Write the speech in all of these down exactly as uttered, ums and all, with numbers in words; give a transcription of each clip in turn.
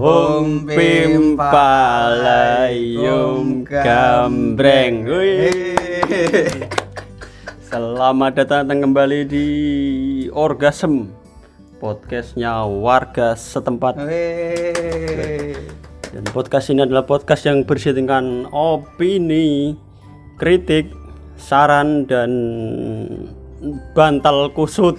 Om Pim Palayum Gambreng. Wih. Selamat datang kembali di Orgasm, podcastnya warga setempat. Wih. Dan podcast ini adalah podcast yang berisi dengan opini, kritik, saran, dan bantal kusut.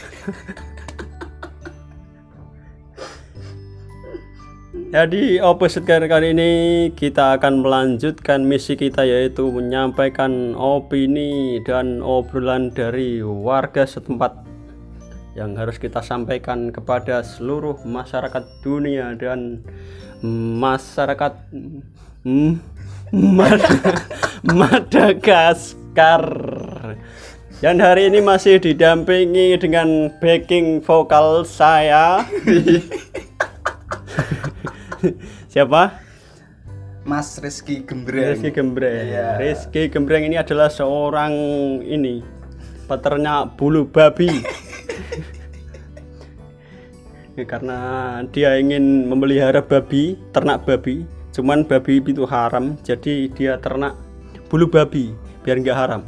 Jadi episode kali ini kita akan melanjutkan misi kita, yaitu menyampaikan opini dan obrolan dari warga setempat yang harus kita sampaikan kepada seluruh masyarakat dunia dan masyarakat hmm, Mad- Madagaskar. Dan hari ini masih didampingi dengan backing vokal saya. Siapa? Mas Rizky Gembreng. Rizky Gembreng. Iya. Rizky Gembreng ini adalah seorang ini peternak bulu babi. Karena dia ingin memelihara babi, ternak babi. Cuman babi itu haram, jadi dia ternak bulu babi biar nggak haram.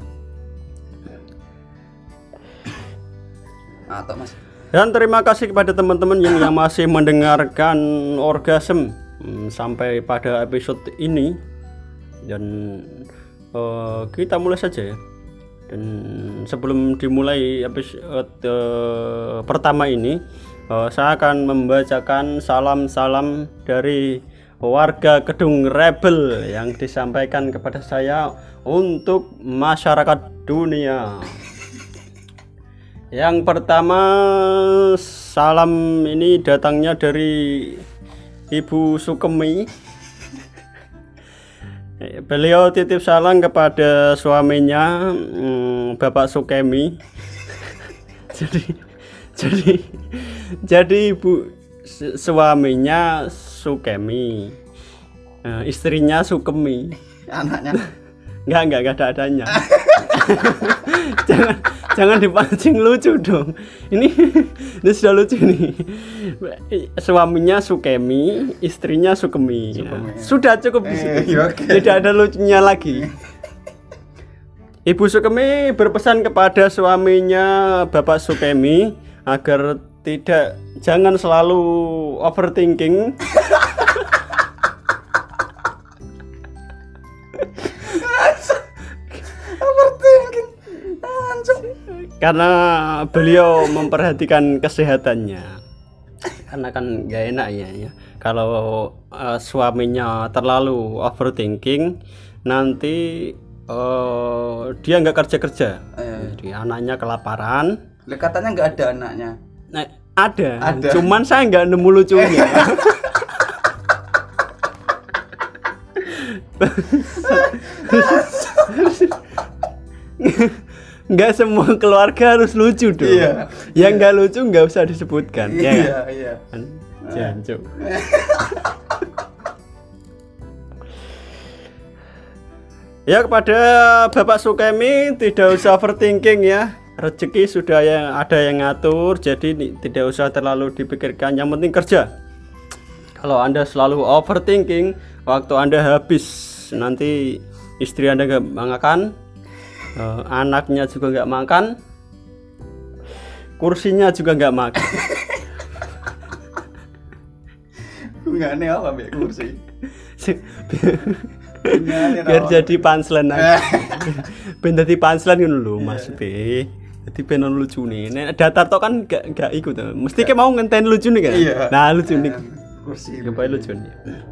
Atau Mas. Dan terima kasih kepada teman-teman yang, yang masih mendengarkan Orgasm hmm, sampai pada episode ini. Dan uh, kita mulai saja ya. Dan sebelum dimulai episode uh, pertama ini, uh, saya akan membacakan salam-salam dari warga Kedung Rebel yang disampaikan kepada saya untuk masyarakat dunia. Yang pertama, salam ini datangnya dari Ibu Sukemi. Beliau titip salam kepada suaminya, hmm, Bapak Sukemi. jadi, jadi, jadi ibu suaminya Sukemi, nah, istrinya Sukemi. Anaknya? Enggak, enggak, enggak ada adanya. jangan jangan dipancing lucu dong. Ini ini sudah lucu nih. Suaminya Sukemi, istrinya Sukemi. Sukemi. Sudah cukup di situ. Eh, okay. Tidak ada lucunya lagi. Ibu Sukemi berpesan kepada suaminya Bapak Sukemi agar tidak jangan selalu overthinking. Karena beliau memperhatikan kesehatannya. Karena kan gak enak ya, ya. Kalau uh, suaminya terlalu overthinking, nanti uh, dia nggak kerja-kerja. Eh. Jadi anaknya kelaparan. Lah katanya nggak ada anaknya. Nah, ada. Ada. Cuman saya nggak nemu lucunya. Nggak semua keluarga harus lucu dong. Iya, yang nggak iya. lucu nggak usah disebutkan. Iya, ya, iya. Jancuk. Ya, kepada Bapak Sukemi tidak usah overthinking ya. Rezeki sudah yang ada yang ngatur, jadi tidak usah terlalu dipikirkan. Yang penting kerja. Kalau Anda selalu overthinking, waktu Anda habis, nanti istri Anda nggak makan. Uh, anaknya juga nggak makan, kursinya juga nggak makan. Nggak aneh apa biar kursi. Biar jadi punchline aja. Ben dadi punchline ngono lho Mas B. Jadi pengen lucu nih. Nek datar tok kan gak gak ikut. Mesti ke mau ngenten lucu nih kan. Iya. Nah lucu nih. Kursi. Coba lucu nih.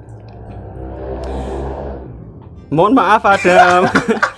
Mohon maaf ada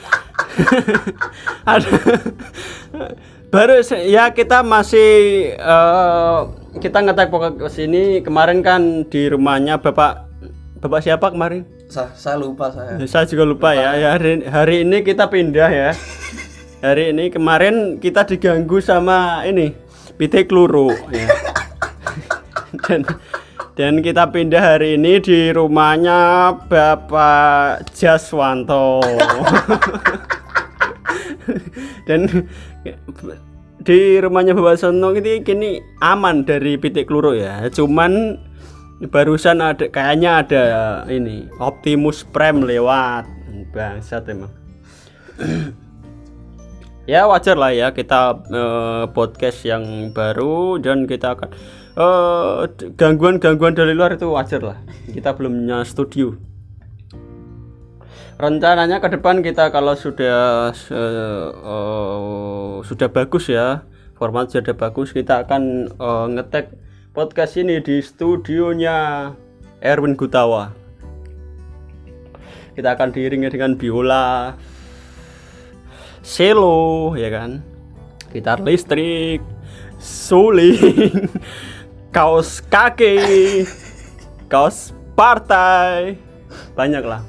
ada baru ya kita masih uh, kita ngetek pokok ke sini kemarin kan di rumahnya Bapak Bapak siapa kemarin? Sa saya lupa saya. Saya juga lupa, lupa. ya. Ya hari, hari ini kita pindah ya. Hari ini kemarin kita diganggu sama ini pitik luru ya. dan dan kita pindah hari ini di rumahnya Bapak Jaswanto. Dan di rumahnya Bapak Sono ini kini aman dari pitik kluruk ya. Cuman barusan ada kayaknya ada ini Optimus Prime lewat. Bangsat emang. Ya wajar lah ya kita uh, podcast yang baru dan kita akan uh, gangguan-gangguan dari luar itu wajar lah. Kita belum punya studio. Rencananya ke depan kita kalau sudah uh, uh, sudah bagus ya, format sudah bagus, kita akan uh, ngetek podcast ini di studionya Erwin Gutawa. Kita akan diiringi dengan biola, cello, ya kan, gitar listrik, suling, kaos kaki, kaos partai, banyak lah.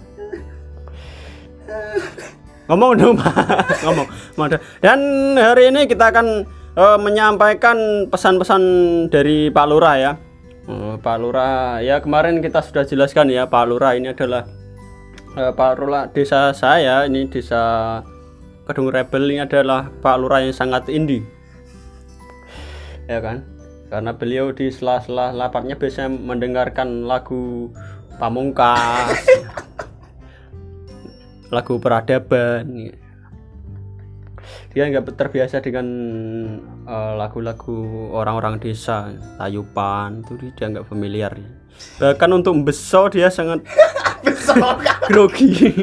Ngomong dong Pak, ngomong, ngomong. Dan hari ini kita akan uh, menyampaikan pesan-pesan dari Pak Lurah ya. Uh, Pak Lurah ya, kemarin kita sudah jelaskan ya, Pak Lurah ini adalah uh, Pak Lurah desa saya, ini desa Kedung Rebel, ini adalah Pak Lurah yang sangat indie. Ya kan? Karena beliau di sela-sela lapaknya biasanya mendengarkan lagu Pamungkas, lagu peradaban. Dia nggak terbiasa dengan uh, lagu-lagu orang-orang desa, Tayupan itu dia nggak familiar. Bahkan untuk beso dia sangat grogi.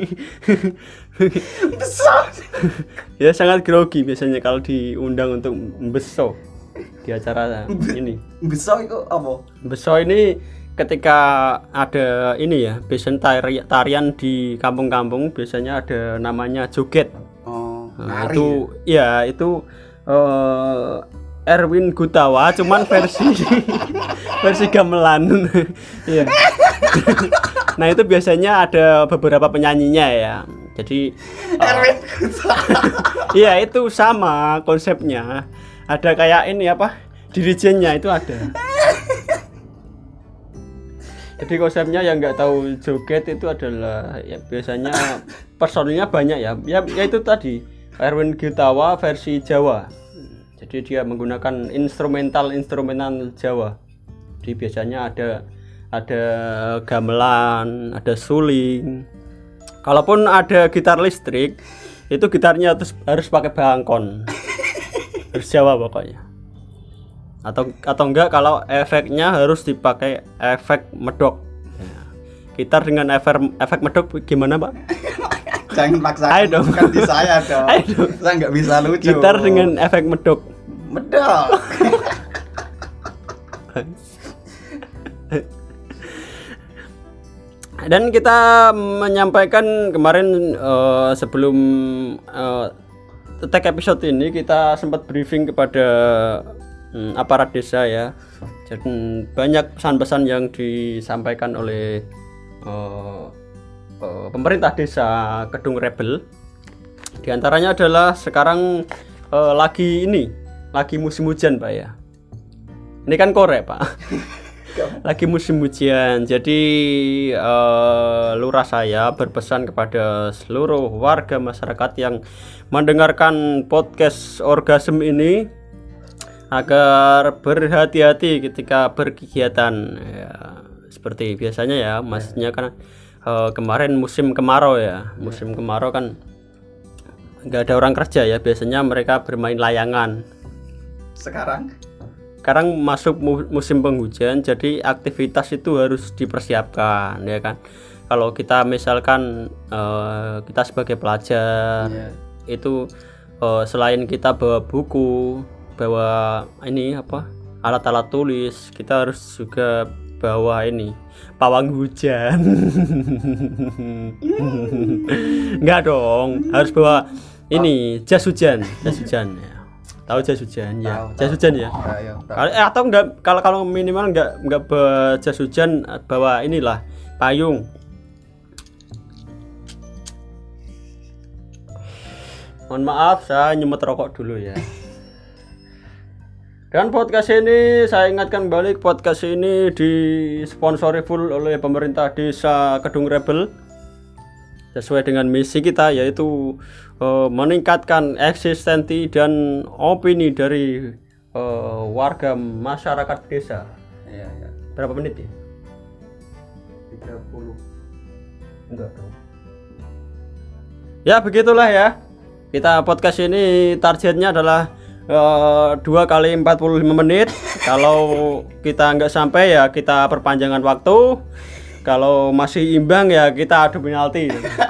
Beso. Ya sangat grogi biasanya kalau diundang untuk beso di acara ini. Beso itu apa? Beso ini ketika ada ini ya, biasanya tari, tarian di kampung-kampung biasanya ada namanya joget. Oh, nah, itu ya, ya itu uh, Erwin Gutawa cuman versi versi gamelan. Iya. Nah, itu biasanya ada beberapa penyanyinya ya. Jadi Erwin Gutawa. Iya, itu sama konsepnya. Ada kayak ini apa? Dirijennya itu ada. Jadi konsepnya yang nggak tahu joget itu adalah ya biasanya personilnya banyak ya. Ya, ya itu tadi Erwin Gutawa versi Jawa. Jadi dia menggunakan instrumental instrumental Jawa. Jadi biasanya ada ada gamelan, ada suling. Kalaupun ada gitar listrik, itu gitarnya harus harus pakai bangkon. Harus Jawa pokoknya. Atau atau enggak kalau efeknya harus dipakai efek medok. Ya. Gitar dengan efek efek medok gimana, Pak? Jangan paksa. Ayo dong. Bukan di saya dong. Ayo dong. Saya nggak bisa lucu. Gitar dengan efek medok. Medok. Dan kita menyampaikan kemarin uh, sebelum uh, tag episode ini kita sempat briefing kepada Hmm, aparat desa ya. Jadi banyak pesan-pesan yang disampaikan oleh uh, uh, pemerintah desa Kedung Rebel. Di antaranya adalah sekarang uh, lagi ini, lagi musim hujan Pak ya. Ini kan korek Pak. Lagi musim hujan. Jadi uh, lurah saya berpesan kepada seluruh warga masyarakat yang mendengarkan podcast Orgasm ini agar berhati-hati ketika berkegiatan ya, seperti biasanya ya, maksudnya kan uh, kemarin musim kemarau ya, musim kemarau kan nggak ada orang kerja ya, biasanya mereka bermain layangan. Sekarang sekarang masuk mu- musim penghujan, jadi aktivitas itu harus dipersiapkan ya kan. Kalau kita misalkan uh, kita sebagai pelajar yeah. itu uh, selain kita bawa buku, bawa ini apa alat-alat tulis, kita harus juga bawa ini pawang hujan. Enggak dong, harus bawa ini jas hujan, jas hujan ya. Tahu jas hujan ya, tahu, jas tahu. hujan ya. Ya, ya eh, atau enggak, kalau kalau minimal enggak enggak bawa jas hujan, bawa inilah payung. Mohon maaf, saya nyemot rokok dulu ya. Dan podcast ini saya ingatkan balik, podcast ini disponsori full oleh pemerintah desa Kedung Rebel sesuai dengan misi kita, yaitu uh, meningkatkan eksistensi dan opini dari uh, warga masyarakat desa. Ya, ya. Berapa menit ya? tiga puluh. Enggak tahu. Ya begitulah ya. Kita podcast ini targetnya adalah uh, dua kali empat puluh lima menit. Kalau kita nggak sampai ya kita perpanjangan waktu. Kalau masih imbang ya kita adu penalti.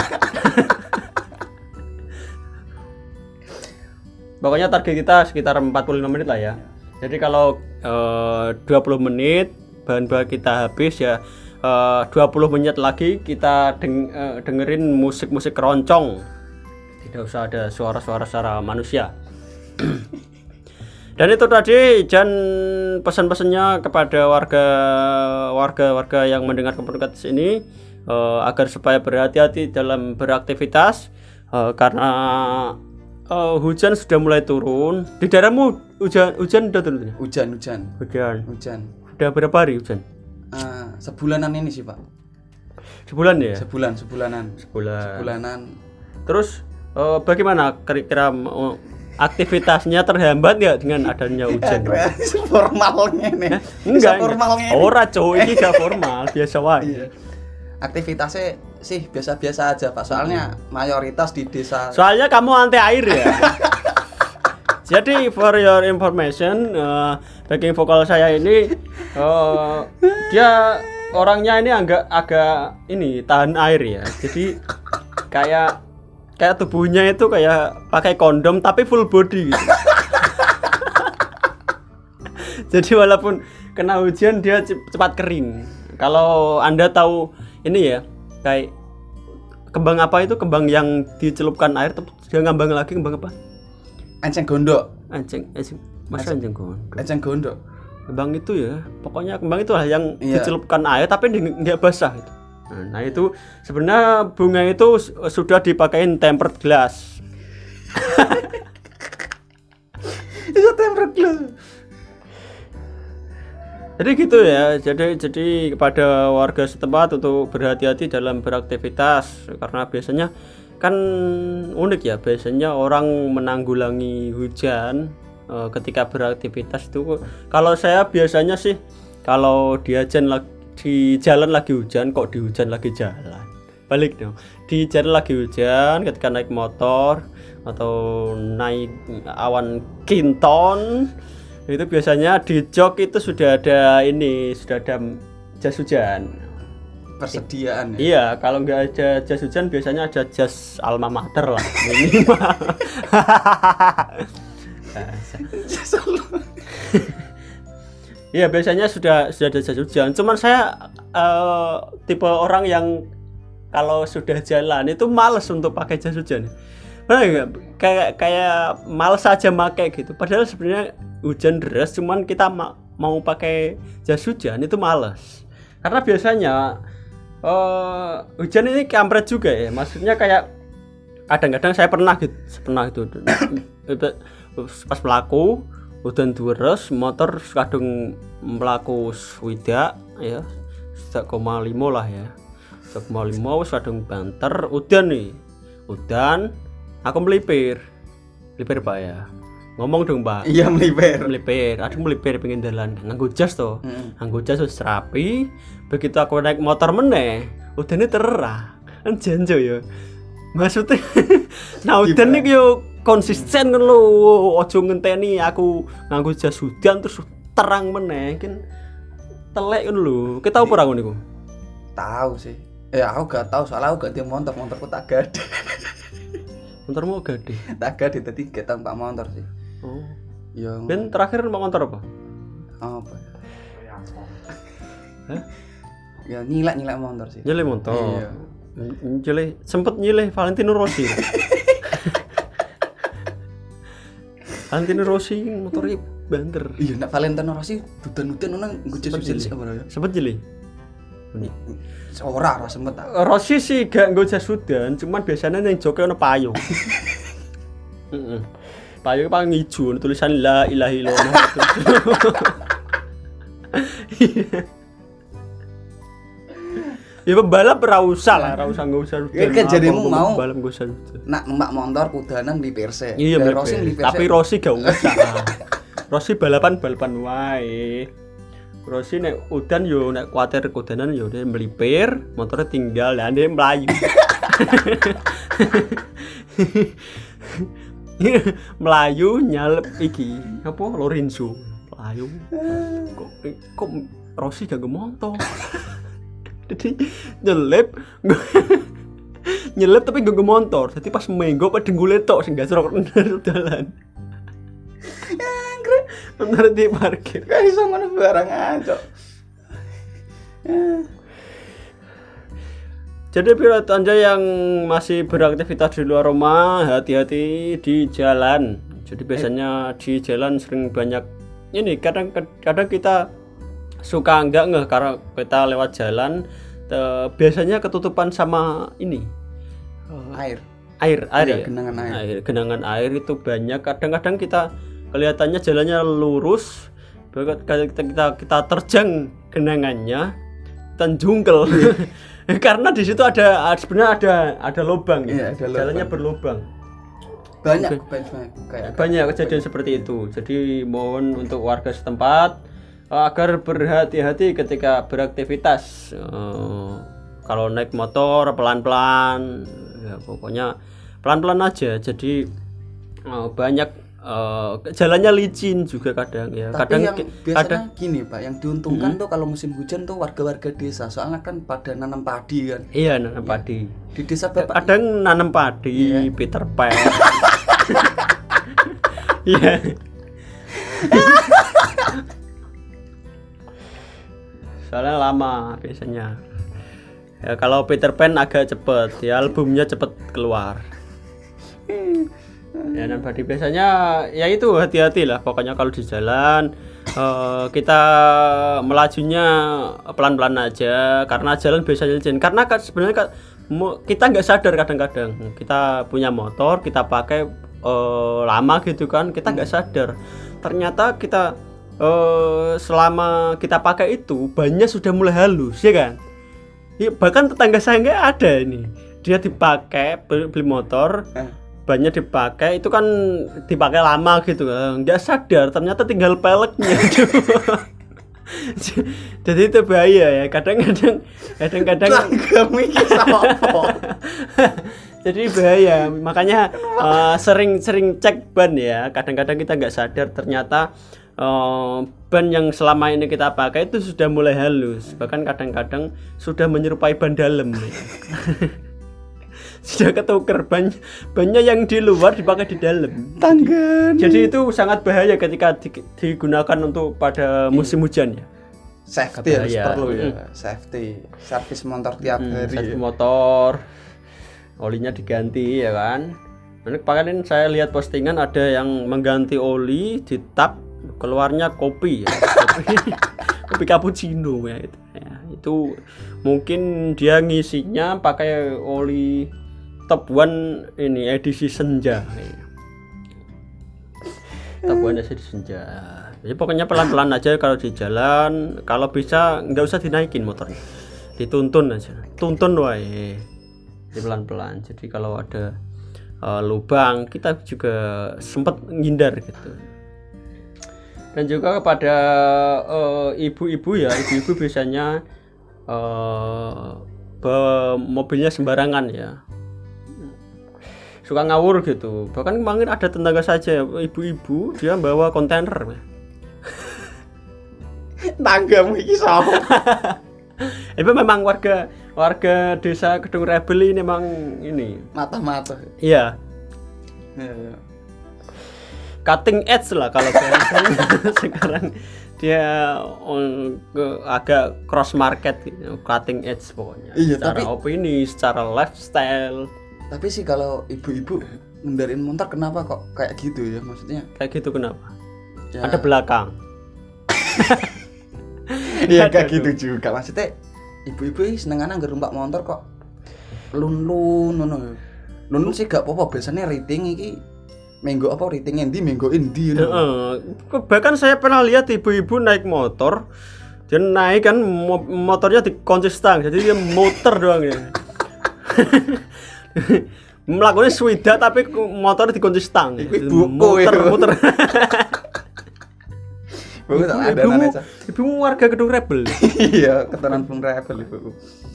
Pokoknya target kita sekitar empat puluh lima menit lah ya. Jadi kalau uh, dua puluh menit bahan bahan kita habis ya, uh, dua puluh menit lagi kita deng uh, dengerin musik-musik keroncong. Tidak usah ada suara-suara suara manusia. Dan itu tadi dan pesan-pesannya kepada warga warga warga yang mendengar podcast ini uh, agar supaya berhati-hati dalam beraktivitas uh, karena uh, hujan sudah mulai turun. Di daerahmu hujan hujan sudah turun? Hujan hujan. Hujan. Hujan. Sudah berapa hari hujan? Uh, sebulanan ini sih Pak. Sebulan ya? Sebulan sebulanan. Sebulan. Sebulanan. Terus uh, bagaimana kira-kira uh, aktivitasnya terhambat nggak dengan adanya hujan? Formalnya nih. Enggak. Formalnya. Ora cowok ini gak formal, biasa wae. Iya. Aktivitasnya sih biasa-biasa aja Pak. Soalnya mayoritas di desa. Soalnya kamu anti air ya. Jadi for your information, uh, backing vokal saya ini uh, dia orangnya ini agak agak ini tahan air ya. Jadi kayak kayak tubuhnya itu kayak pakai kondom tapi full body gitu. Jadi walaupun kena hujan dia cepat kering. Kalau Anda tahu ini ya, kayak kembang apa itu, kembang yang dicelupkan air terus dia ngambang lagi, kembang apa? Enceng gondok. Enceng, enceng. Masa enceng gondok? Enceng gondok. Kembang itu ya, pokoknya kembang itu lah yang iya. dicelupkan air tapi nggak basah gitu. Nah itu sebenarnya bunga itu sudah dipakein tempered glass. Itu tempered glass. Jadi gitu ya. Jadi jadi kepada warga setempat untuk berhati-hati dalam beraktivitas karena biasanya kan unik ya. Biasanya orang menanggulangi hujan uh, ketika beraktivitas itu. Kalau saya biasanya sih kalau diajan lagi di jalan lagi hujan, kok di hujan lagi jalan, balik dong. Di jalan lagi hujan ketika naik motor atau naik awan kinton itu biasanya di jok itu sudah ada ini, sudah ada jas hujan persediaan ya? Iya, kalau nggak ada jas hujan biasanya ada jas alma mater lah minimal. Jas alma. Iya, biasanya sudah sudah ada jas hujan. Cuman saya uh, tipe orang yang kalau sudah jalan itu malas untuk pakai jas hujan. Benar, kayak kayak malas aja pakai gitu. Padahal sebenarnya hujan deras, cuman kita ma- mau pakai jas hujan itu malas. Karena biasanya uh, hujan ini kampret juga ya. Maksudnya kayak kadang-kadang saya pernah gitu, pernah gitu. Pas melaku udan deres motor kadung mlaku swidak ya satu koma lima lah ya satu koma lima wis kadung banter udan nih udan aku melipir melipir Pak ya ngomong dong Pak. Iya melipir melipir aku melipir pengen jalan nganggo jas toh hmm. nganggo jas wis rapi begitu aku naik motor meneh udane terang kan janjo ya maksudnya nah udan iki yo konsisten kan lo, ojo ngenteni aku nganggo jas hujan terus terang meneh kan telek kan lo. Kita tahu perang niku? Tahu sih. Eh aku gak tahu soalnya aku gak di motor, motorku tak gede. Motormu gede. Tak gede tadi gak tampak motor sih. Oh. Ya. Dan terakhir numpak motor apa? Apa? Hah? Ya nyilek-nyilek motor sih. Nyilek motor. Iya. Nyilek sempet nyilek Valentino Rossi. Valentino Rossi motornya banter. Iya, nek Valentino Rossi dudan-dudan ono nggo jas hujan sik apa ya? Sempet jeli. Ora, ora sempet tak. Rossi sih gak nggo jas hujan, cuman biasanya yang joke ono payung. Heeh. Payung paling ijo tulisan la ilaha illallah. Ya pembalap ora usah lah, ora usah enggak usah. Ya kan jadimu mau pembalap enggak usah. Nak numpak motor kudanan di Perse. Iya, Rossi di Perse. tapi Rossi gak usah. Rossi balapan balapan wae. Rossi nek udan yo nek kuwatir kudanan yo dia melipir, motornya tinggal dan dia melayu. Melayu nyalep iki apa Lorenzo. Melayu. Kok kok Rossi gak motor. Jadi nyelip nyelip tapi gak motor. Jadi pas menggo apa denggule tok sing gasrok dalan. Bener di parkir. Kayak iso ngono barang aja. Jadi pilot Anda yang masih beraktivitas di luar rumah, hati-hati di jalan. Jadi biasanya di jalan sering banyak ini kadang kadang kita suka enggak ngeh karena kita lewat jalan te, biasanya ketutupan sama ini Air. air air Iya, ya? genangan air. air genangan air itu banyak. Kadang-kadang kita kelihatannya jalannya lurus, kita kita, kita terjang genangannya dan jungkel. Karena di situ ada sebenarnya ada ada lubang, Iya, ada lubang. jalannya berlubang. Banyak Oke. banyak kayak Banyak kejadian seperti itu. Jadi mohon untuk warga setempat uh, agar berhati-hati ketika beraktivitas. Uh, kalau naik motor pelan-pelan, ya pokoknya pelan-pelan aja. Jadi uh, banyak uh, jalannya licin juga kadang ya. Tapi kadang yang biasanya kadang gini Pak, yang diuntungkan tuh kalau musim hujan tuh warga-warga desa, soalnya kan pada nanam padi kan. iya nanam padi. Di desa Bapak Kadang nanam padi, Iya. Peter Pan. Iya. Soalnya lama biasanya. Ya, kalau Peter Pan agak cepet, ya albumnya cepet keluar. Ya dan padi biasanya ya itu hati-hati lah. Pokoknya kalau di jalan eh, kita melajunya pelan-pelan aja karena jalan biasanya licin. Karena kan sebenarnya kan mu- kita nggak sadar kadang-kadang kita punya motor kita pakai eh, lama gitu kan kita nggak sadar. Ternyata kita eh, selama kita pakai itu bannya sudah mulai halus ya kan. Ya, bahkan tetangga saya nggak ada ini dia dipakai beli, beli motor Eh. bannya dipakai itu kan dipakai lama gitu kan nggak sadar ternyata tinggal peleknya. Jadi itu bahaya ya kadang-kadang kadang-kadang kamu iki apa? jadi bahaya makanya eh, sering-sering cek ban ya kadang-kadang kita nggak sadar ternyata eh, ban yang selama ini kita pakai itu sudah mulai halus bahkan kadang-kadang sudah menyerupai ban dalam ya. Sudah ketuker ban bannya yang di luar dipakai di dalam. Tanggan. Jadi itu sangat bahaya ketika di- digunakan untuk pada musim hujan ya. Safety harus Bahaya. perlu ya. Safety. Servis motor tiap hari. Servis motor, olinya diganti ya kan. Nanti kemarin saya lihat postingan ada yang mengganti oli di tap keluarnya kopi ya. Kopi, kopi cappuccino ya itu. Ya, itu mungkin dia ngisinya pakai oli Top One ini edisi senja. Top One edisi senja. Jadi pokoknya pelan-pelan aja kalau di jalan. Kalau bisa nggak usah dinaikin motornya, dituntun aja, tuntun wae, jadi pelan-pelan. Jadi kalau ada uh, lubang kita juga sempat ngindar gitu. Dan juga kepada uh, ibu-ibu ya, ibu-ibu biasanya uh, bawa mobilnya sembarangan ya. Suka ngawur gitu. Bahkan kemarin ada tetangga saja ibu-ibu dia bawa kontainer. Tanggamu iki sapa? Itu memang warga warga desa Kedung Rebel ini memang ini. Mata-mata. Iya, Ya, ya. cutting edge lah kalau bahasanya. Sekarang dia um, ke, agak cross market gitu, cutting edge pokoknya. Iya, secara tapi- opini, secara lifestyle Tapi sih kalau ibu-ibu ngendarin motor kenapa kok kayak gitu ya maksudnya? kayak gitu kenapa? Ya, Ada belakang. Iya Ada kayak tuh. gitu juga maksudnya. Ibu-ibu iki senengane ngger numpak motor kok lun-lun ngono. Lun sih gak apa-apa biasanya rating iki menggo apa rating endi menggo endi ngono. Heeh. Bahkan saya pernah lihat ibu-ibu naik motor dia naik kan mo- motornya dikunci stang jadi dia muter doang ya. Melakukannya swida tapi ku- motornya dikunci stang Iku buku muter ya. muter. Ibuku tak ada ibumu, nanya. ibumu warga Kedung Rebel. Iya, keturunan Bung Rebel ibuku.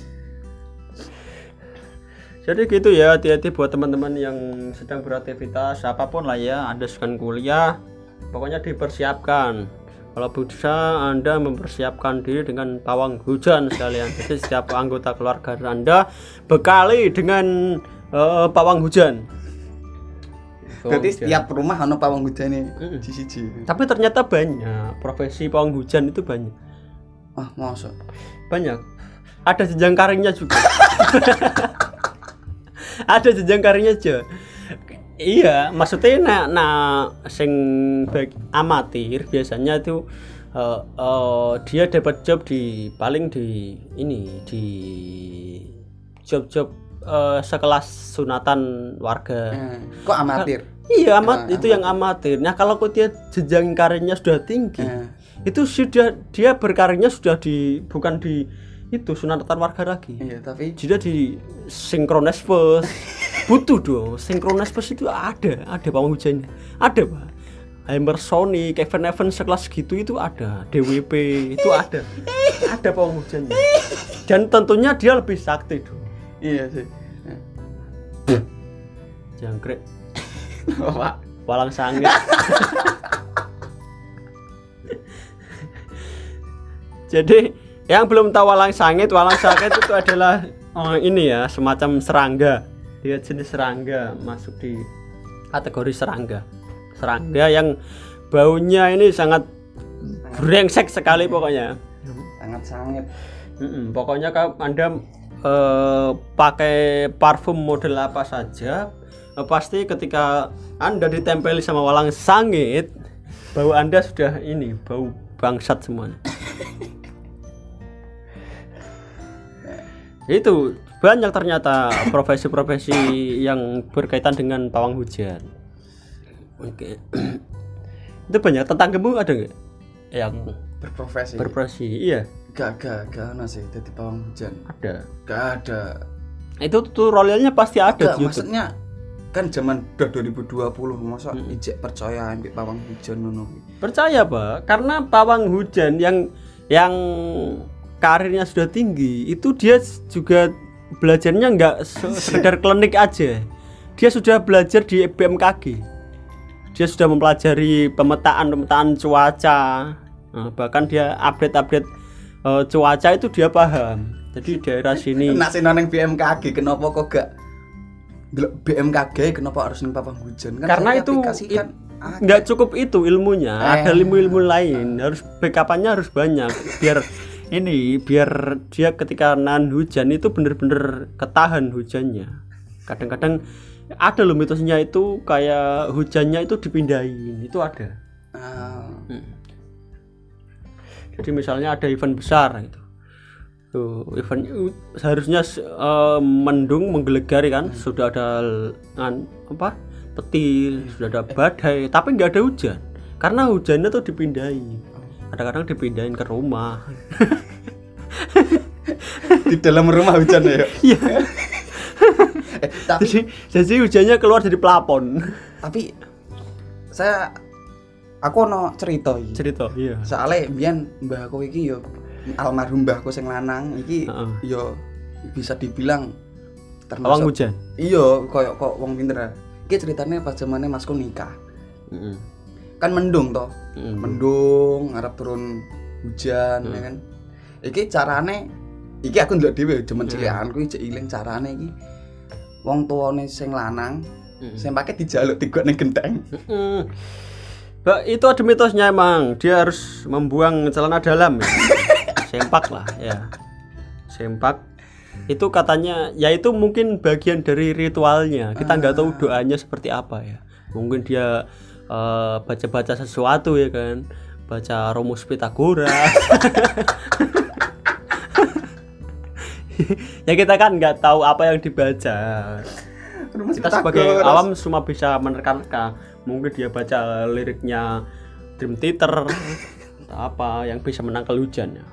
Jadi gitu ya, hati-hati buat teman-teman yang sedang beraktivitas apapun lah ya, Anda sedang kuliah, pokoknya dipersiapkan. Kalau bisa Anda mempersiapkan diri dengan pawang hujan sekalian. Jadi setiap anggota keluarga Anda bekali dengan uh, pawang hujan. Berarti setiap rumah ada pawang hujan nih di siji. Tapi ternyata banyak profesi pawang hujan itu banyak. Ah, masa? Banyak. Ada jenjang karirnya juga. Ada jenjang karirnya aja. Iya, maksudnya nah, nah sing baik amatir biasanya itu uh, uh, dia dapat job di paling di ini di job-job uh, sekelas sunatan warga. Hmm. Kok amatir? Iya, amat Nah, itu amatir. yang amatir. Nah, kalau kok dia jenjang karirnya sudah tinggi, Hmm. itu sudah dia berkarirnya sudah di bukan di itu sunatan warga lagi. Iya, tapi Jadi di synchronize first. Butuh dong, synchronize first itu ada, ada pawang hujannya. Ada, Pak. Hammer Sonic, event-event sekelas gitu itu ada, D W P itu ada. Ada pawang hujannya. Dan tentunya dia lebih sakti dong. iya sih. Jangkrik, Pak. walang sangit. Jadi yang belum tahu walang sangit, walang sangit itu adalah oh, ini ya, semacam serangga. Dia jenis serangga, masuk di kategori serangga. Serangga yang baunya ini sangat brengsek sekali pokoknya. Sangat sangat. Mm-mm, pokoknya kalau Anda eh, pakai parfum model apa saja, eh, pasti ketika Anda ditempeli sama walang sangit, bau Anda sudah ini, bau bangsat semuanya. Itu banyak ternyata profesi-profesi yang berkaitan dengan pawang hujan. Oke. Itu banyak. Tetanggamu ada nggak yang Berprofesi. berprofesi? Iya, Gak gak gak ana sih jadi pawang hujan. ada. Gak ada. Itu tutorialnya pasti ada Gak, di YouTube. maksudnya kan zaman udah dua ribu dua puluh masa hmm. ijek percaya ambek pawang hujan ngono. Percaya, Pak, karena pawang hujan yang yang karirnya sudah tinggi itu dia juga belajarnya nggak se- sekedar klinik aja. Dia sudah belajar di B M K G. Dia sudah mempelajari pemetaan-pemetaan cuaca. Nah, bahkan dia update-update uh, cuaca itu dia paham. Jadi daerah sini Nak sing nang B M K G kenapa kok gak delok B M K G kenapa harus ning pawang hujan kan? karena saya itu aplikasikan it- nggak cukup itu ilmunya, Eh. ada ilmu-ilmu lain, harus backup-nya harus banyak biar ini biar dia ketika nan hujan itu bener-bener ketahan hujannya. Kadang-kadang ada loh mitosnya itu kayak hujannya itu dipindahin, itu ada. Ah, Hmm. Jadi misalnya ada event besar itu, tuh event uh, seharusnya uh, mendung menggelegari kan, sudah ada an, apa petir, sudah ada badai, tapi nggak ada hujan karena hujannya tuh dipindahin. Kadang-kadang dipindahin ke rumah. di dalam rumah hujan ya. Iya. eh, tapi jadi, jadi hujannya keluar dari plafon. tapi saya aku ono cerita iki. Cerita, iya. Soale biyen mbah aku iki yo almarhum mbahku sing lanang iki Heeh. yo bisa dibilang Pawang hujan. Iya, koyo kok wong pinter. Iki ceritanya pas zamane masku nikah. Heeh. Kan mendung toh. Heeh. Mendung, arep turun hujan Hmm. ya kan. Iki carane iki aku ndelok dhewe jaman Hmm. cilikanku iki iling carane iki. Wong tuane sing lanang Hmm. sing pakai dijaluk digot ning genteng. Hmm. Mbak, itu ada mitosnya emang. Dia harus membuang celana dalam ya. Sempak lah ya. Sempak itu katanya ya itu mungkin bagian dari ritualnya. Kita nggak tahu doanya seperti apa ya. Mungkin dia eh, baca-baca sesuatu ya kan. Baca rumus Pitagoras. Ya kita kan nggak tahu apa yang dibaca. Rumus Kita sebagai Pitagoras. awam cuma bisa menerka-nerka. Mungkin dia baca liriknya Dream Theater atau apa yang bisa menangkal hujan ya.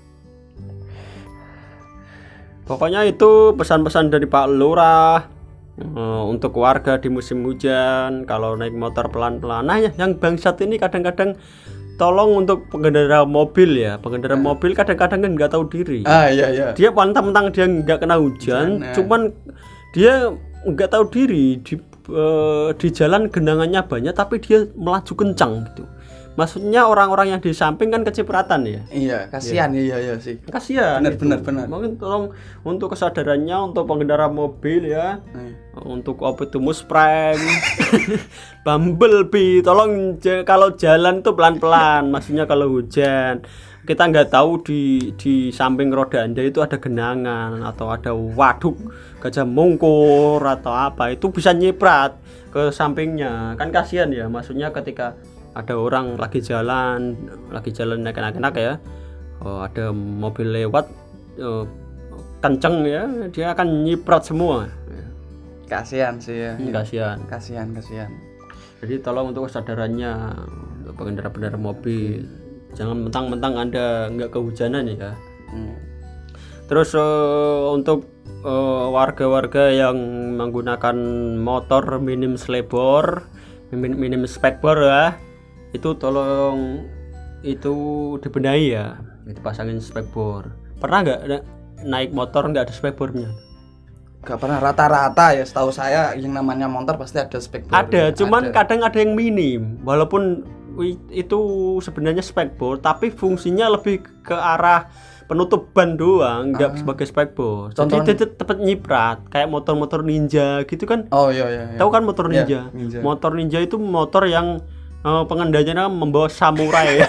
Pokoknya itu pesan-pesan dari Pak Lurah eh, untuk warga di musim hujan kalau naik motor pelan-pelan. Nah, yang bangsat ini kadang-kadang tolong untuk pengendara mobil ya, pengendara hmm. mobil kadang-kadang kan nggak tahu diri. Ah iya iya. Dia pantang-pantang dia nggak kena hujan, Hujan, cuman dia nggak tahu diri di uh, di jalan genangannya banyak, tapi dia melaju kencang gitu. Maksudnya orang-orang yang di samping kan kecipratan ya. Iya, kasihan ya. iya iya sih. Kasihan. Benar gitu. benar benar. Mungkin tolong untuk kesadarannya untuk pengendara mobil ya. Hmm. Untuk Optimus Prime, Bumblebee, tolong j- kalau jalan tuh pelan-pelan. Maksudnya kalau hujan, kita nggak tahu di di samping roda Anda itu ada genangan atau ada waduk gajah mungkur atau apa, itu bisa nyiprat ke sampingnya. Kan kasihan ya. Maksudnya ketika ada orang lagi jalan lagi jalan enak-enak ya, oh, ada mobil lewat oh, kenceng ya, dia akan nyiprat semua. Kasihan sih ya. Hmm, kasihan kasihan kasihan jadi tolong untuk kesadarannya untuk pengendara-pengendara mobil, jangan mentang-mentang Anda nggak kehujanan ya. hmm. Terus uh, untuk uh, warga-warga yang menggunakan motor minim slebor, minim, minim spekbor ya, itu tolong itu dibenahi ya, dipasangin spekbor. Pernah nggak naik motor nggak ada spekbornya? Gak pernah, rata-rata ya setahu saya yang namanya motor pasti ada spekbor. Ada, cuman ada. Kadang ada yang minim, walaupun itu sebenarnya spekbor, tapi fungsinya lebih ke arah penutup ban doang, nggak ah. sebagai spekbor. Jadi dia tetap nyiprat, kayak motor-motor ninja gitu kan? Oh iya iya. iya. Tahu kan motor ninja? Yeah, ninja? Motor ninja itu motor yang Oh, pengendalinya membawa samurai.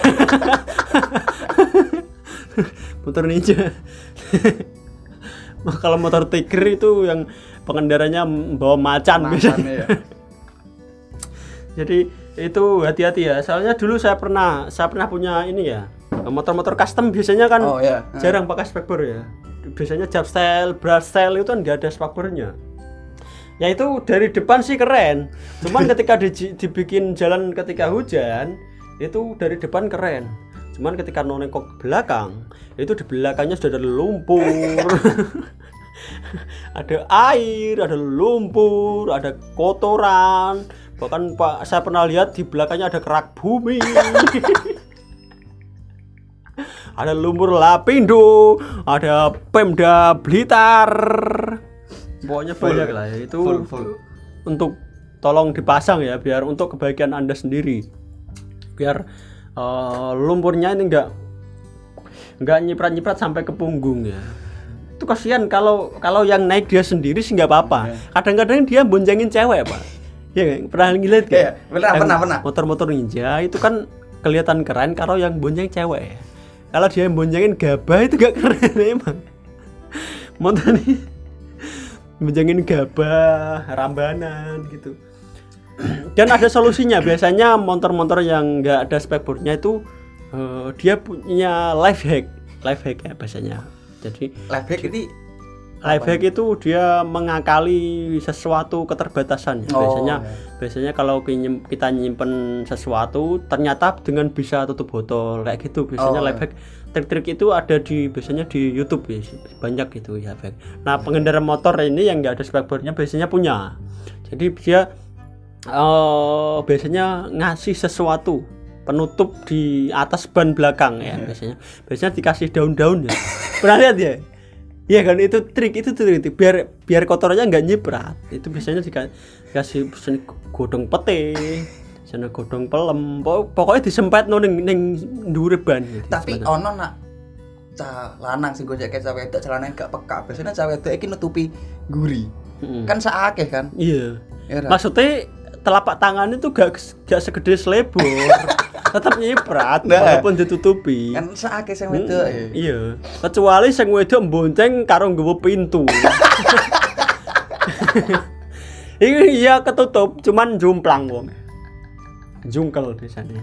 Motor ninja. Kalau motor tiger itu yang pengendaranya membawa macan biasanya. Ya. Jadi itu hati-hati ya. Soalnya dulu saya pernah saya pernah punya ini ya. Motor-motor custom biasanya kan oh, yeah. jarang pakai spekbor ya. Biasanya jab style, brush style itu kan enggak ada spekbornya. Ya itu dari depan sih keren, cuman ketika di, dibikin jalan ketika hujan itu dari depan keren, cuman ketika nengok ke belakang itu di belakangnya sudah ada lumpur, ada air, ada lumpur, ada kotoran, bahkan Pak saya pernah lihat di belakangnya ada kerak bumi. Ada lumpur Lapindo, ada Pemda Blitar. Pokoknya full, banyak lah ya. Itu full, full. Untuk tolong dipasang ya, biar untuk kebaikan Anda sendiri, biar uh, lumpurnya ini enggak enggak nyiprat-nyiprat sampai ke punggung ya. Itu kasihan kalau kalau yang naik dia sendiri sih nggak apa-apa. Yeah. Kadang-kadang dia boncengin cewek Pak. Ya kan? Pernah ngeliat kan? Yeah, pernah, pernah, pernah. Motor-motor ninja itu kan kelihatan keren kalau yang bonceng cewek. Kalau dia yang boncengin gabah itu gak keren emang. Motor ini menjangin gabah, rambanan gitu. Dan ada solusinya. Biasanya motor-motor yang nggak ada spekbornya itu uh, dia punya life hack, life hack ya biasanya. Jadi life hack ini life hack itu dia mengakali sesuatu keterbatasan. Oh, biasanya ya. biasanya kalau kita nyimpen sesuatu ternyata dengan bisa tutup botol kayak gitu. Biasanya oh, life hack. Trik-trik itu ada di biasanya di YouTube ya, banyak gitu ya. Nah pengendara motor ini yang nggak ada spekbornya biasanya punya. Jadi dia uh, biasanya ngasih sesuatu penutup di atas ban belakang ya biasanya. Biasanya dikasih daun-daun ya. Pernah lihat ya? Iya kan itu trik itu trik biar biar kotornya nggak nyiprat. Itu biasanya dikasih godong pete. Sana godong pelem, pokoknya disempet no ning ning ndure ban. Tapi ono nak cah lanang sing gojek cah wedok celana gak peka. Biasanya cah wedok iki nutupi guri. Hmm. Kan saakeh kan? Iya. Ya, maksudnya telapak tangan itu gak gak segede selebor. Tetap nyiprat nah, walaupun ditutupi. Kan saakeh sing wedok. Hmm, iya. Kecuali sing wedok mbonceng karo nggawa pintu. Iki iya ketutup, cuman jomplang wong. Jungkel biasanya.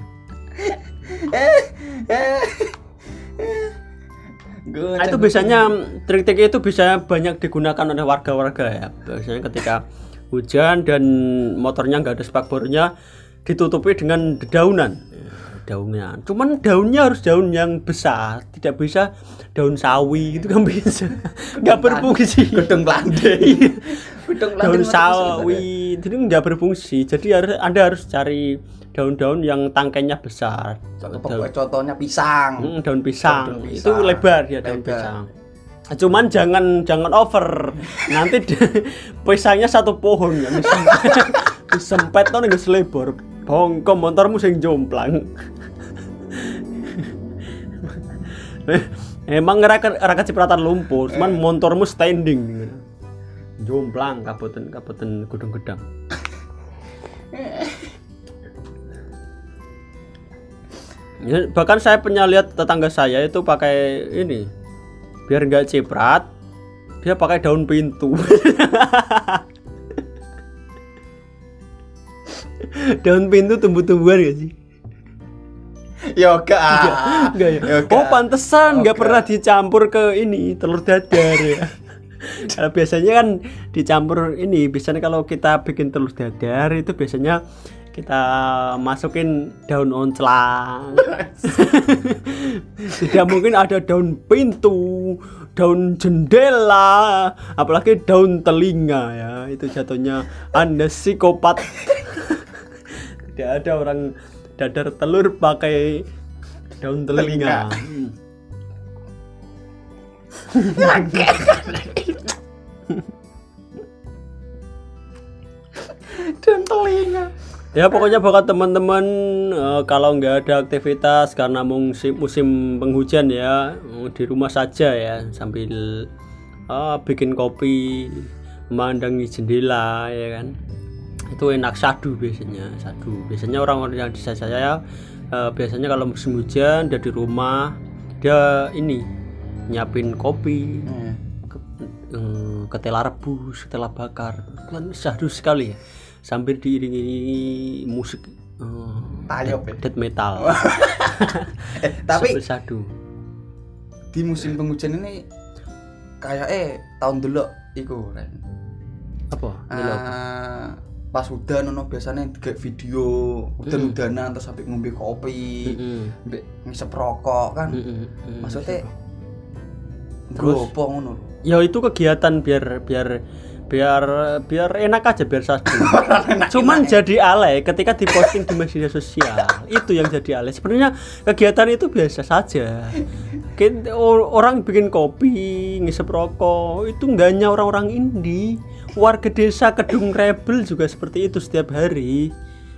Nah, itu biasanya trik-trik itu bisa banyak digunakan oleh warga-warga ya. Biasanya ketika hujan dan motornya nggak ada spekbornya ditutupi dengan dedaunan. Daunnya. Cuman daunnya harus daun yang besar, tidak bisa daun sawi itu kan bisa. Nggak berfungsi. Gedung landai. Gedung landai. Daun sawi itu nggak berfungsi. Jadi harus Anda harus cari daun-daun yang tangkainya besar. Daun, contohnya pisang. Hmm, daun pisang. Daun Itu pisang. lebar ya daun Lebar. pisang. Cuman jangan jangan over. Nanti di- pisangnya satu pohon ya. Disempet to ning selebor. Bongko motormu sing jomplang. Emang ora ora kecipratan lumpur, cuman motormu standing. Jomplang kabupaten kabupaten Gunung Gedang. Ya, bahkan saya pernah lihat tetangga saya itu pakai ini biar nggak ciprat, dia pakai daun pintu. Daun pintu tumbuh-tumbuhan gak sih? Yoga. Enggak ya. Yoga. Oh pantesan nggak Yoga. pernah dicampur ke ini telur dadar ya. Kalau biasanya kan dicampur ini, biasanya kalau kita bikin telur dadar itu biasanya kita masukin daun onclang. Tidak mungkin ada daun pintu, daun jendela, apalagi daun telinga ya. Itu jatuhnya Anda psikopat. Tidak ada orang dadar telur pakai daun telinga. Hmm. Dan telinga. Ya pokoknya buat teman-teman eh, kalau nggak ada aktivitas karena musim, musim penghujan ya, eh, di rumah saja ya sambil eh, bikin kopi, memandangi jendela ya kan. Itu enak sadu biasanya, sadu. Biasanya orang-orang yang di desa saya eh, biasanya kalau musim hujan dia di rumah, dia ini nyiapin kopi, Hmm. ke, eh, ketela rebus, ketela bakar. Kan sadu sekali ya. Sambil diiringi musik uh, Tayop ya? death metal. Eh, tapi Sambil sadu. di musim penghujan ini kayak eh tahun dulu iku Ren. Apa? Nilo apa? Ah, pas udan ono biasanya kayak video udan-udanan terus sampai ngombe kopi, Mm-mm. sampai ngisep rokok kan. Mm-mm. Mm-mm. Maksudnya Terus? apa ngono lho. Ya itu kegiatan biar biar biar biar enak aja biar sadu. Cuman jadi alay ketika diposting di media sosial. Itu yang jadi alay. Sebenarnya kegiatan itu biasa saja. Kita- Orang bikin kopi, ngisep rokok, itu enggak hanya orang-orang indie. Warga desa Kedung Rebel juga seperti itu setiap hari.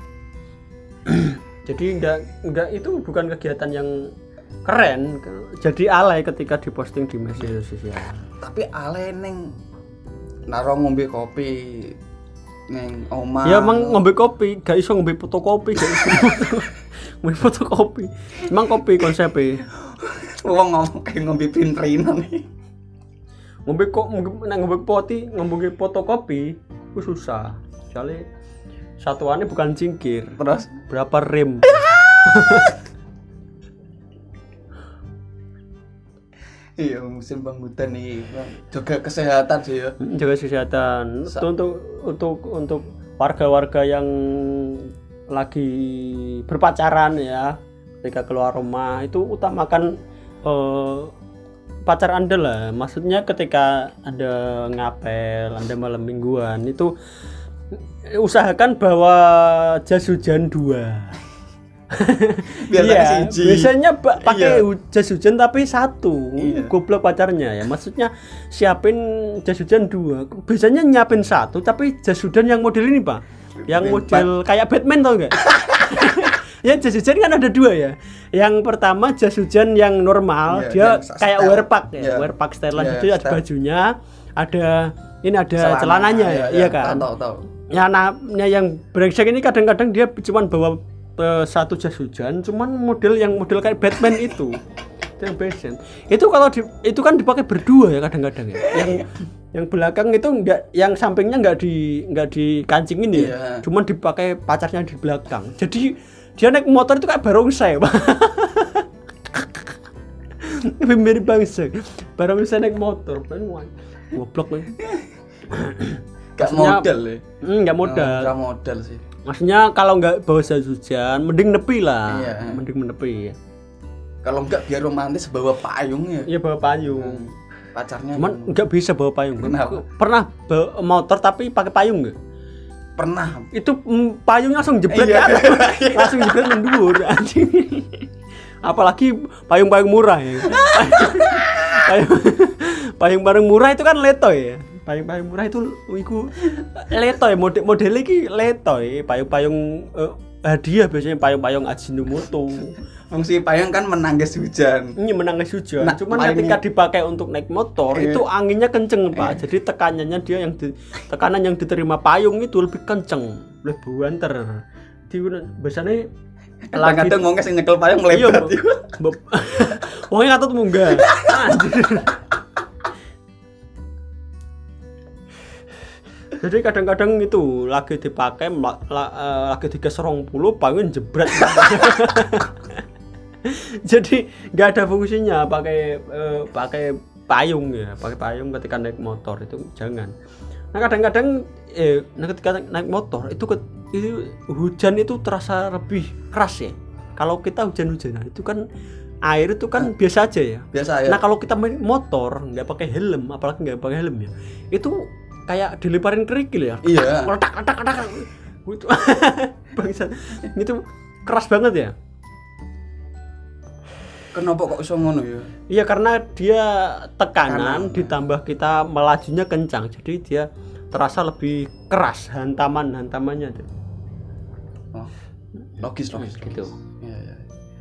Jadi enggak enggak itu bukan kegiatan yang keren. Jadi alay ketika diposting di media sosial. Tapi ale neng naro ngombe kopi neng omah. Ya emang ngombe kopi, gak iso ngombe fotokopi, gak iso ngombe fotokopi. Emang kopi konsepnya. wong ngomong kayak ngombe printerinan nih. Ngombe kok nek ngombe poti, ngombe fotokopi, itu susah. Soalnya satuannya bukan cingkir. Terus Berapa rem? iya musim penghujan nih Bang. Jaga kesehatan sih ya. Jaga kesehatan. Sa- Untuk untuk untuk warga-warga yang lagi berpacaran ya, ketika keluar rumah itu utamakan eh, pacar Anda lah. Maksudnya ketika Anda ngapel, Anda malam mingguan itu usahakan bawa jas hujan dua. Biar Iya, tak siji. biasanya ba- pakai Iya. hu- jas hujan tapi satu. Iya. Goblok pacarnya ya. Maksudnya siapin jas hujan dua. Biasanya nyiapin satu tapi jas hujan yang model ini, Pak. Yang Yang model kayak Batman tau enggak? Ya jas hujan kan ada dua ya. Yang pertama jas hujan yang normal, Iya, dia yang sa- kayak setel. wearpack ya, Iya. wearpack setelan. Iya, Jadi ada setel. bajunya, ada ini ada Celana, celananya ya, iya kan? Tahu tahu. Ya anaknya yang brengsek ini kadang-kadang dia cuman bawa eh, satu jas hujan, cuman model yang model kayak Batman itu. Itu yang besen. Itu kalau di, itu kan dipakai berdua ya kadang-kadang ya. Yang yang belakang itu enggak, yang sampingnya enggak di enggak dikancingin ya. Iya. Cuman dipakai pacarnya di belakang. Jadi dia naik motor itu kayak barongsai, Pak. Lebih mirip bangsa. Barongsai naik motor, goblok nih. Gak Maksudnya- model ya. Hmm, enggak modal. Gak model sih. Maksudnya kalau nggak bawa jas hujan, mending nepi lah, Iya. mending menepi. Kalau enggak biar romantis bawa payung ya. Iya bawa payung. Hmm. Pacarnya Cuman nggak bisa bawa payung. Kenapa? Pernah bawa motor tapi pakai payung nggak? pernah Itu mm, payung langsung jebret Iya. kan. Langsung jebret mendur anjing. Apalagi payung-payung murah ya. Payung payung-payung murah itu kan letoy ya. Payung-payung murah itu iku letoy model model iki letoy, payung-payung eh, hadiah biasanya payung-payung Ajinomoto. fungsi payung kan menangges hujan. Ini menangis hujan. Nah, Cuman payungnya- ketika dipakai untuk naik motor Iya. itu anginnya kenceng Pak. Jadi tekanannya dia yang di, tekanan yang diterima payung itu lebih kenceng, lebih buanter. Di biasanya Kadang-kadang ngomongnya sing nyekel payung iya, melebat. Mbak. Wongnya ngatut munggah. Anjir. Jadi kadang-kadang itu lagi dipakai la, la, uh, lagi digeser rong puluh payung jebret. Jadi nggak ada fungsinya pakai uh, pakai payung ya, pakai payung ketika naik motor itu jangan. Nah kadang-kadang eh nah ketika naik motor itu, itu hujan itu terasa lebih keras ya. Kalau kita hujan-hujanan itu kan air itu kan biasa aja ya. Biasa ya. Nah kalau kita main motor nggak pakai helm, apalagi nggak pakai helm ya, itu kayak dilemparin kerikil ya. Iya. Letak, letak, letak. Itu bangsa. Itu keras banget ya. Kenapa kok iso ngono ya? Iya karena dia tekanan Kanan. ditambah kita melajunya kencang, jadi dia terasa lebih keras hantaman-hantamannya tuh. Oh. Logis logis Gitu. Iya iya.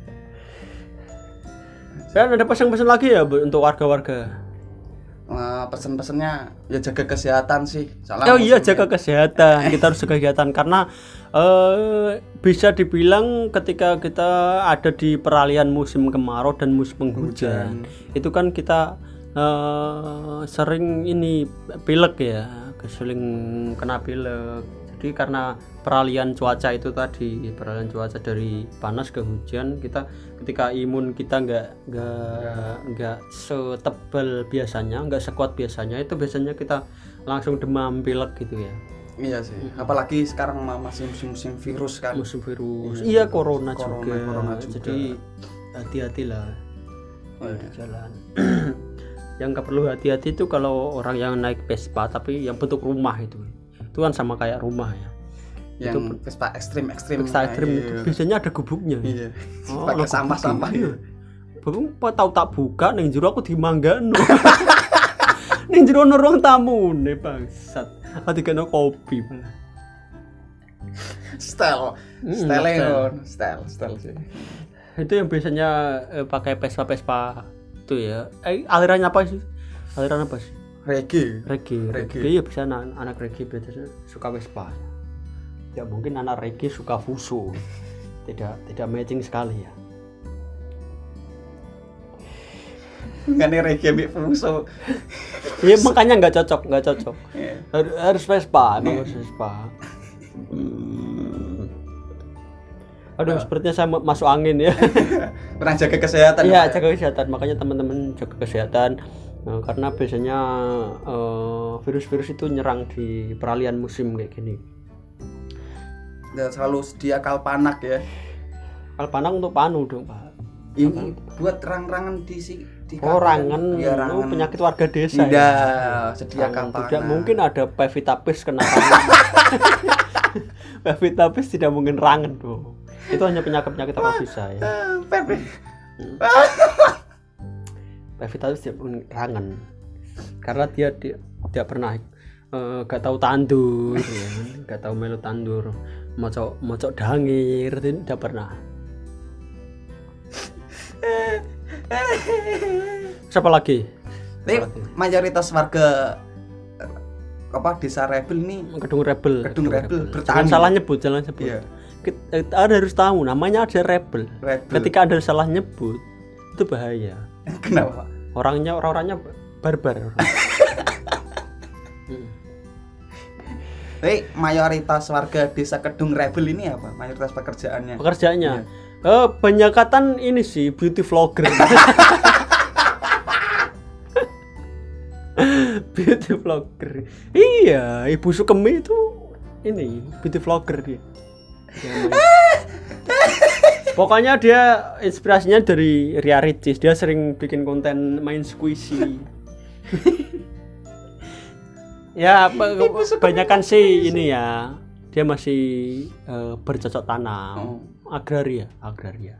Dan ada pesan-pesan lagi ya Bu, untuk warga-warga. Uh, pesen-pesennya ya jaga kesehatan sih. Soalnya Oh iya musimnya- jaga kesehatan. Kita harus jaga kesehatan karena eh, bisa dibilang ketika kita ada di peralihan musim kemarau dan musim penghujan, itu kan kita eh, sering ini pilek ya, sering kena pilek. Jadi karena peralihan cuaca itu tadi, peralihan cuaca dari panas ke hujan, kita ketika imun kita nggak nggak nggak setebal biasanya, nggak sekuat biasanya, itu biasanya kita langsung demam pilek gitu ya. Iya sih. Apalagi sekarang ma- masih musim-musim virus kan. Musim virus, Iya, iya corona, corona, juga. corona juga. Jadi hati-hatilah Oh, di iya. jalan. Yang nggak perlu hati-hati itu kalau orang yang naik Vespa tapi yang bentuk rumah itu, itu kan sama kayak rumah ya. Yang Vespa ekstrim-ekstrim. Vespa ekstrim Iya, itu iya. biasanya ada gubuknya. Iya. Oh, Pakai lo sampah-sampah. iya. Bapak apa tahu tak buka ning jero aku dimanggano. Ning jero ono ruang tamu nih bangsat. Ati kena kopi. Style. Mm, Style style. on. Style, style sih. Itu yang biasanya eh, pakai Vespa-Vespa itu ya. Eh alirannya apa sih? Aliran apa sih? Reggae. Reggae. Reggae. Reggae ya bisa anak, anak reggae biasanya suka Vespa. Ya mungkin anak reggae suka Fuso. Tidak tidak matching sekali ya. Ngene reggae mbek Fuso. Ya makanya nggak cocok, nggak cocok. Iya. Har- harus Vespa, emang harus Vespa. Aduh, sepertinya saya ma- masuk angin ya. Pernah jaga kesehatan. Iya, Pak, ya? jaga kesehatan. Makanya teman-teman jaga kesehatan. Nah, karena biasanya eh, virus-virus itu nyerang di peralihan musim kayak gini. Dan selalu sedia kalpanak ya. Kalpanang untuk panu dong, Pak. Ini buat rang-rangan di si di Oh, kafe. rangan, Iya, oh, rangan. penyakit warga desa Tidak, ya. sedia Rangan. kalpanak. Tidak mungkin ada Pevitapis kena rangan. Pevitapis tidak mungkin rangan dong. Itu hanya penyakit-penyakit apa bisa ya. Ah, Pepe. Pevitapis tidak mungkin rangan. Karena dia dia tidak pernah eh, gak tahu tandur, ya, gak tahu melu tandur, mocok mocok dangir, tidak pernah. Siapa lagi? Ini mayoritas warga eh, apa desa Rebel ini Kedung Rebel. Kedung Rebel, Jangan bertani. salah nyebut, jangan sebut. Iya. Kit- eh, Anda harus tahu namanya ada Rebel. Rebel. Ketika Anda salah nyebut itu bahaya. Kenapa? Orangnya orang-orangnya barbar. Hmm. Tapi mayoritas warga desa Kedung Rebel ini apa? Mayoritas pekerjaannya. Pekerjaannya Iya. eh penyekatan ini sih beauty vlogger. Beauty vlogger. Iya, Ibu Sukemi itu ini beauty vlogger dia. Yang main. Pokoknya dia inspirasinya dari Ria Ricis. Dia sering bikin konten main squishy. Ya, ba- kebanyakan sih ini ya. dia masih uh, bercocok tanam. Oh. Agraria, agraria.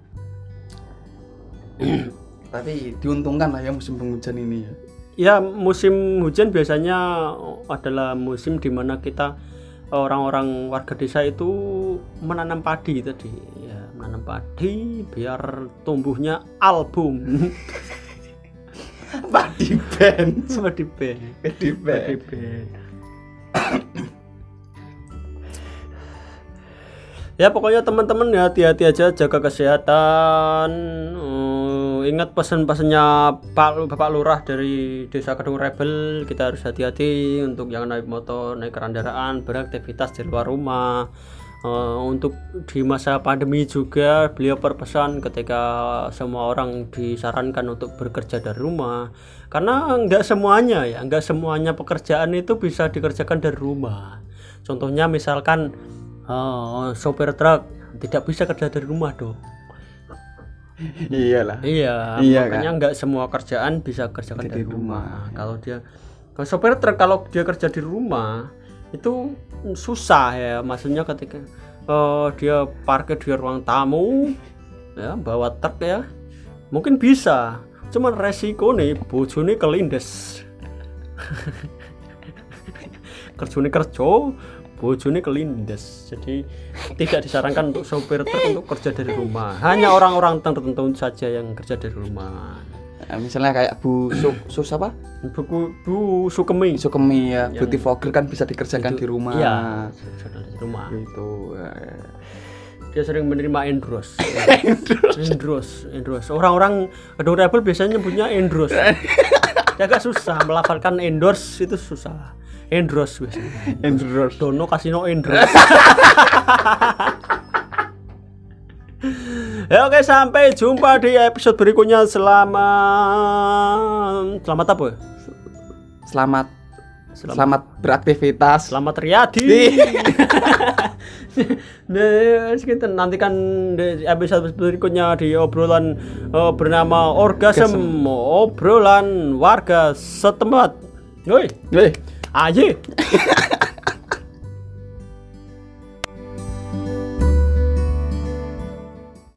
Tapi diuntungkan lah ya musim penghujan ini ya. Ya, musim hujan biasanya adalah musim di mana kita orang-orang warga desa itu menanam padi tadi. Ya, menanam padi biar tumbuhnya album. Padi band, Padi band. padi band. Padi band. Ya pokoknya teman-teman ya hati-hati aja, jaga kesehatan. Uh, ingat pesan-pesannya Pak Bapak Lurah dari Desa Kedung Rebel, kita harus hati-hati untuk yang naik motor, naik kendaraan, beraktivitas di luar rumah. Uh, untuk di masa pandemi juga beliau berpesan ketika semua orang disarankan untuk bekerja dari rumah, karena enggak semuanya ya, enggak semuanya pekerjaan itu bisa dikerjakan dari rumah. Contohnya misalkan Oh, sopir truk tidak bisa kerja dari rumah dong. Iyalah. Iya, Iya, makanya kan? nggak semua kerjaan bisa kerjakan Kerja dari di rumah. rumah. Kalau dia, kalau sopir truk kalau dia kerja di rumah itu susah ya. Maksudnya ketika uh, dia parkir di ruang tamu, ya bawa truk ya, mungkin bisa. Cuman resiko nih, bojone kelindes. Kerjone kerja. Bojone kelindes, jadi tidak disarankan untuk sopir truk untuk kerja dari rumah. Hanya orang-orang tertentu saja yang kerja dari rumah. Nah, misalnya kayak Bu Su, Sus apa? Buku Bu Sukemi. Sukemi ya, Yang- beauty vlogger kan bisa dikerjakan Itu- di rumah. Iya, sudah di rumah. Gitu. Dia sering menerima endorse. endorse, endorse. Orang-orang Kedung Rebel biasanya nyebutnya endorse. Ya agak susah melafalkan endorse, itu susah. Endorse biasanya. Endorse. Dono kasino endorse. Ya oke, sampai jumpa di episode berikutnya. Selamat Selamat apa ya? Selamat Selamat Selamat beraktivitas. Selamat Riyadi. Nah, kita nantikan di episode berikutnya di obrolan eh, bernama Orgasm, obrolan warga setempat. Woi, Weh. aja.